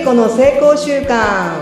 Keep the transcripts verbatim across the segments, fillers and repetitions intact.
子の成功習慣。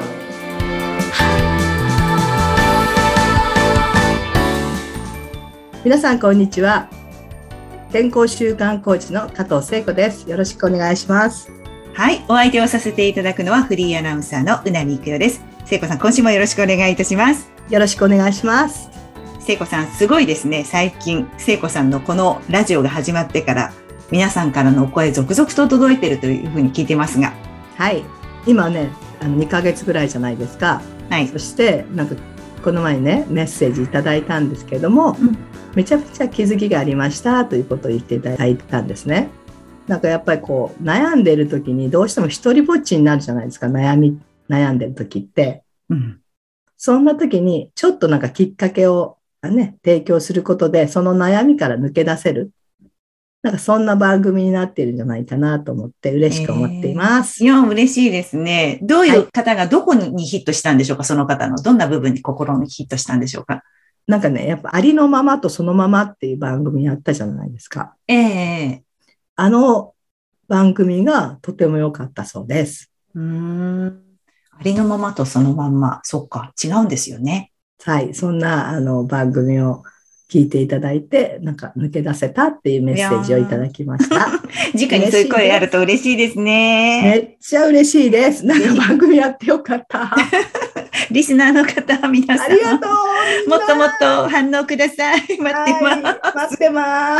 皆さんこんにちは。健康習慣コーチの加藤聖子です。よろしくお願いします。 はい、お相手をさせていただくのはフリーアナウンサーのうなみいくよです。聖子さん、今週もよろしくお願いいたします。 よろしくお願いします。 聖子さん、すごいですね。最近聖子さんのこのラジオが始まってから皆さんからのお声続々と届いているというふうに聞いてますが、 はい、今ねあのにかげつぐらいじゃないですか。 はい、 そしてなんかこの前ねメッセージいただいたんですけれども、うん、めちゃくちゃ気づきがありましたということを言っていただいたんですね。なんかやっぱりこう悩んでいる時にどうしても一人ぼっちになるじゃないですか。悩み悩んでる時って、うん、そんな時にちょっとなんかきっかけをね提供することでその悩みから抜け出せる、なんかそんな番組になっているんじゃないかなと思って嬉しく思っています。 えー、いや嬉しいですね。どういう方がどこにヒットしたんでしょうか。その方のどんな部分に心にヒットしたんでしょうか。 なんかねやっぱありのままとそのままっていう番組やったじゃないですか。 ええー、 あの番組がとても良かったそうです。 うーん、ありのままとそのまんま、そっか、違うんですよね。 はい、そんなあの番組を聞いていただいて、なんか抜け出せたっていうメッセージをいただきました。 直にそういう声あると嬉しいですね。 めっちゃ嬉しいです。なんか番組やってよかった。 リスナーの方、皆さん。 ありがとう。もっともっと反応ください。待ってます。はい、 待ってます。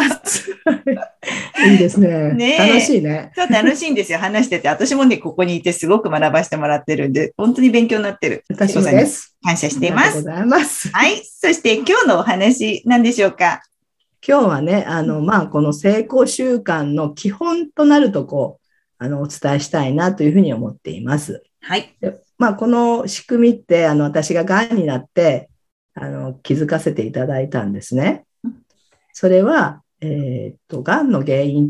いいですね。ね、楽しいね。 そう、楽しいんですよ。話してて。私もね、ここにいてすごく学ばせてもらってるんで、本当に勉強になってる。 私もです。 感謝しています。 ありがとうございます。 はい。そして今日のお話、何でしょうか。 今日はね、あの、まあ、この成功習慣の基本となるとこう、あの、お伝えしたいなというふうに思っています。 はい。 まあ、この仕組みって、あの、私ががんになって、あの、気づかせていただいたんですね。それは、えー、っと、がんの原因って、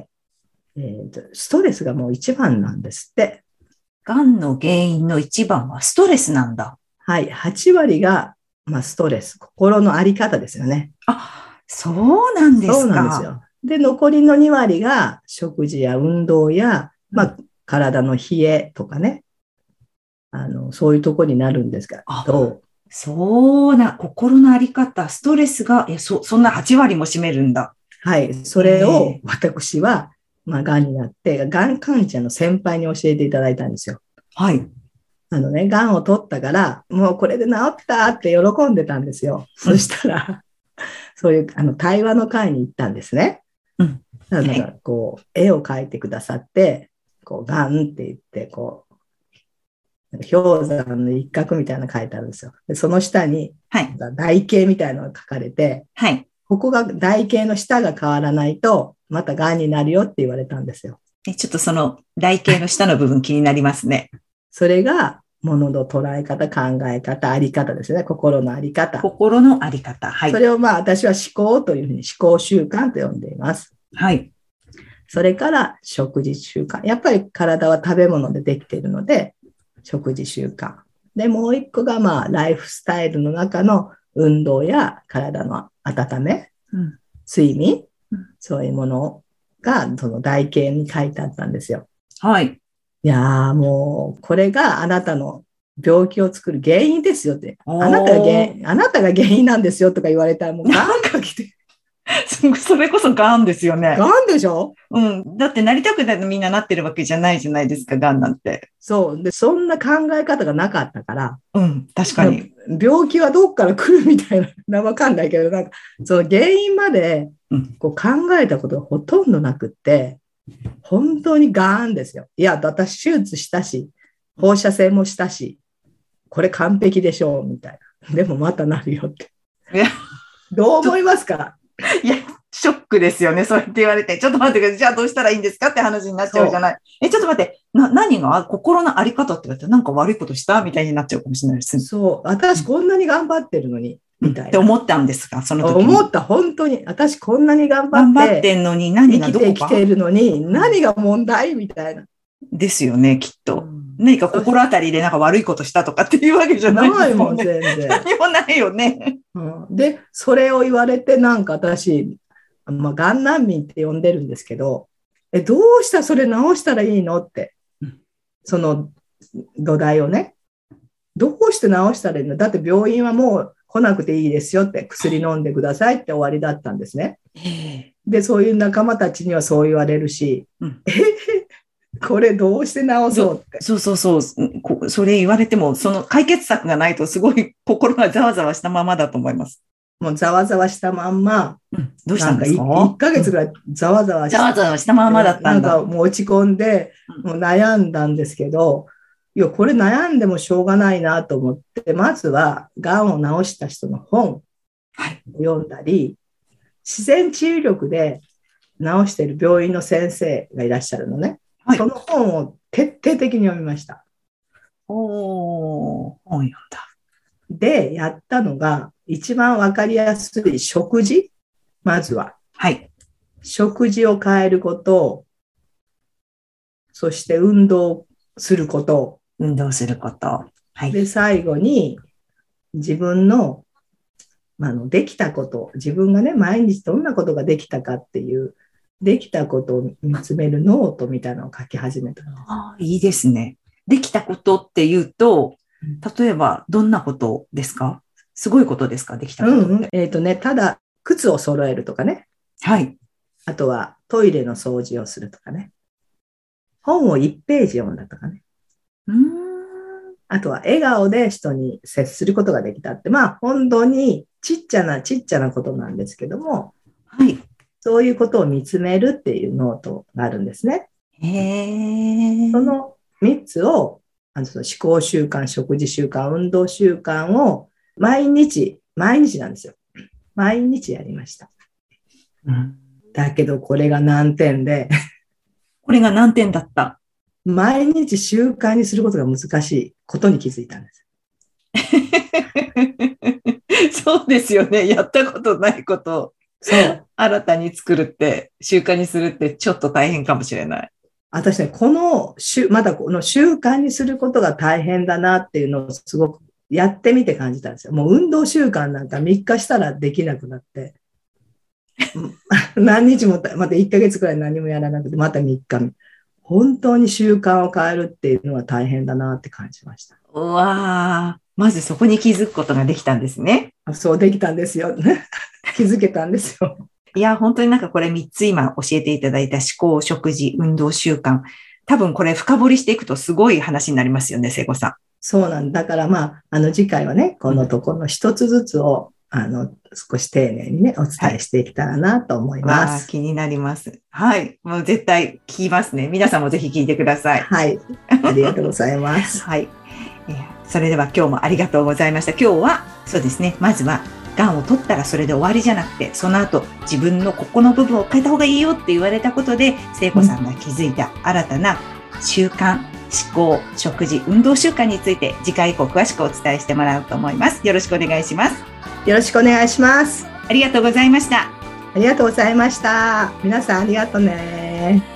えー、っと、ストレスがもう一番なんですって。 がんの原因の一番はストレスなんだ。 はい、はち割が、まあ、ストレス、心のあり方ですよね。 あ、そうなんですか。 そうなんですよ。で、残りのに割が食事や運動や、まあ、体の冷えとかね、あの、そういうところになるんですが、どう？ そうな、心のあり方、ストレスが、え、そ、そんなはち割も占めるんだ。 はい、それを私は、まあ、がんになって、がん患者の先輩に教えていただいたんですよ。 はい。 あのね、がんを取ったから、もうこれで治ったって喜んでたんですよ。うん、そしたら、そういうあの対話の会に行ったんですね。うん、だからこう、絵を描いてくださって、こう、がんって言って、こう、氷山の一角みたいなの書いてあるんですよ。でその下に、はい、台形みたいなのが書かれて、はい、ここが台形の下が変わらないと、またがんになるよって言われたんですよ。 え、ちょっとその台形の下の部分気になりますね。 それが、物の捉え方、考え方、あり方ですね。心のあり方。 心のあり方。はい。 それをまあ私は思考というふうに思考習慣と呼んでいます。 はい。 それから食事習慣。やっぱり体は食べ物でできているので、食事習慣。で、もう一個がまあライフスタイルの中の運動や体の温め、うん、睡眠、うん、そういうものがその台形に書いてあったんですよ。 はい。 いやーもうこれがあなたの病気を作る原因ですよって。あなたが原因、あなたが原因なんですよとか言われたらもうガンが来て。 それこそガンですよね。 ガンでしょ？ うん。だってなりたくないのみんななってるわけじゃないじゃないですか、ガンなんて。 そう。で、そんな考え方がなかったから。 うん、確かに。 病気はどっから来るみたいな、わかんないけど、なんか、その原因までこう考えたことがほとんどなくって、本当にガンですよ。いや、私手術したし、放射線もしたし、これ完璧でしょうみたいな。でもまたなるよって。どう思いますか？ いや、ショックですよね。そうやって言われて。ちょっと待ってください。じゃあどうしたらいいんですかって話になっちゃうじゃない。え、ちょっと待って。な、何が心のあり方って言われて、なんか悪いことしたみたいになっちゃうかもしれないです。 そう。私こんなに頑張ってるのに、うん、みたいな。 って思ったんですか、その時に。 思った、本当に。私こんなに頑張って。 頑張ってんのに何がどこか。 生きてきているのに、何が問題みたいな。 ですよね、きっと。うん、何か心当たりでなんか悪いことしたとかっていうわけじゃないですもんね。 ないもん、全然。 何もないよね。 うん、で、それを言われて、なんか私、まあ、がん難民って呼んでるんですけど、え、どうしたらそれ治したらいいのって、うん、その土台をね、どうして治したらいいの？だって病院はもう来なくていいですよって、薬飲んでくださいって終わりだったんですね。で、そういう仲間たちにはそう言われるし、うん、えこれどうして治そうって。 そうそうそう。それ言われても、その解決策がないとすごい心がざわざわしたままだと思います。 もうざわざわしたまんま、 うん、どうしたんですか？ なんかいっかげつぐらいざわざわした。ざわざわしたままだったんだ。 なんかもう落ち込んで、もう悩んだんですけど、いや、これ悩んでもしょうがないなと思って、まずは、がんを治した人の本を読んだり、はい、自然治癒力で治している病院の先生がいらっしゃるのね。はい、その本を徹底的に読みました。 おー、本読んだ。 で、やったのが、一番わかりやすい食事。まずは。 はい。 食事を変えること、そして運動すること。 運動すること。 はい。で、最後に、自分の、あの、できたこと、自分がね、毎日どんなことができたかっていう、できたことを見つめるノートみたいなのを書き始めたんです。 ああ、いいですね。できたことっていうと、例えばどんなことですか？すごいことですか？できたことって。うんうん、 えっとね、ただ、靴を揃えるとかね。 はい。 あとは、トイレの掃除をするとかね。本をいちページ読んだとかね。 うーん。 あとは、笑顔で人に接することができたって。まあ、本当にちっちゃなちっちゃなことなんですけども。 はい。 そういうことを見つめるっていうノートがあるんですね。 へー。 そのみっつを、あのその思考習慣、食事習慣、運動習慣を毎日、毎日なんですよ。毎日やりました。うん、だけどこれが難点で。 これが難点だった。 毎日習慣にすることが難しいことに気づいたんです。 そうですよね。やったことないことを。そう。新たに作るって、習慣にするってちょっと大変かもしれない。 私ね、この、まだこの習慣にすることが大変だなっていうのをすごくやってみて感じたんですよ。もう運動習慣なんかみっかしたらできなくなって、何日も、またいっかげつくらい何もやらなくて、またみっか。本当に習慣を変えるっていうのは大変だなって感じました。 うわー、まずそこに気づくことができたんですね。 そうできたんですよ。気づけたんですよ。 いや、本当になんかこれみっつ今教えていただいた思考、食事、運動習慣。多分これ深掘りしていくとすごい話になりますよね、聖子さん。 そうなんだ。だからまあ、あの次回はね、このところの一つずつを、うん、あの、少し丁寧にね、お伝えしていけたらなと思います。 はい、気になります。はい。もう絶対聞きますね。皆さんもぜひ聞いてください。 はい。ありがとうございます。 はい。それでは今日もありがとうございました。今日は、そうですね、まずは、がんを取ったらそれで終わりじゃなくて、その後自分のここの部分を変えた方がいいよって言われたことで、聖子さんが気づいた新たな習慣、思考、食事、運動習慣について次回以降詳しくお伝えしてもらおうと思います。よろしくお願いします。 よろしくお願いします。 ありがとうございました。 ありがとうございました。皆さんありがとうね。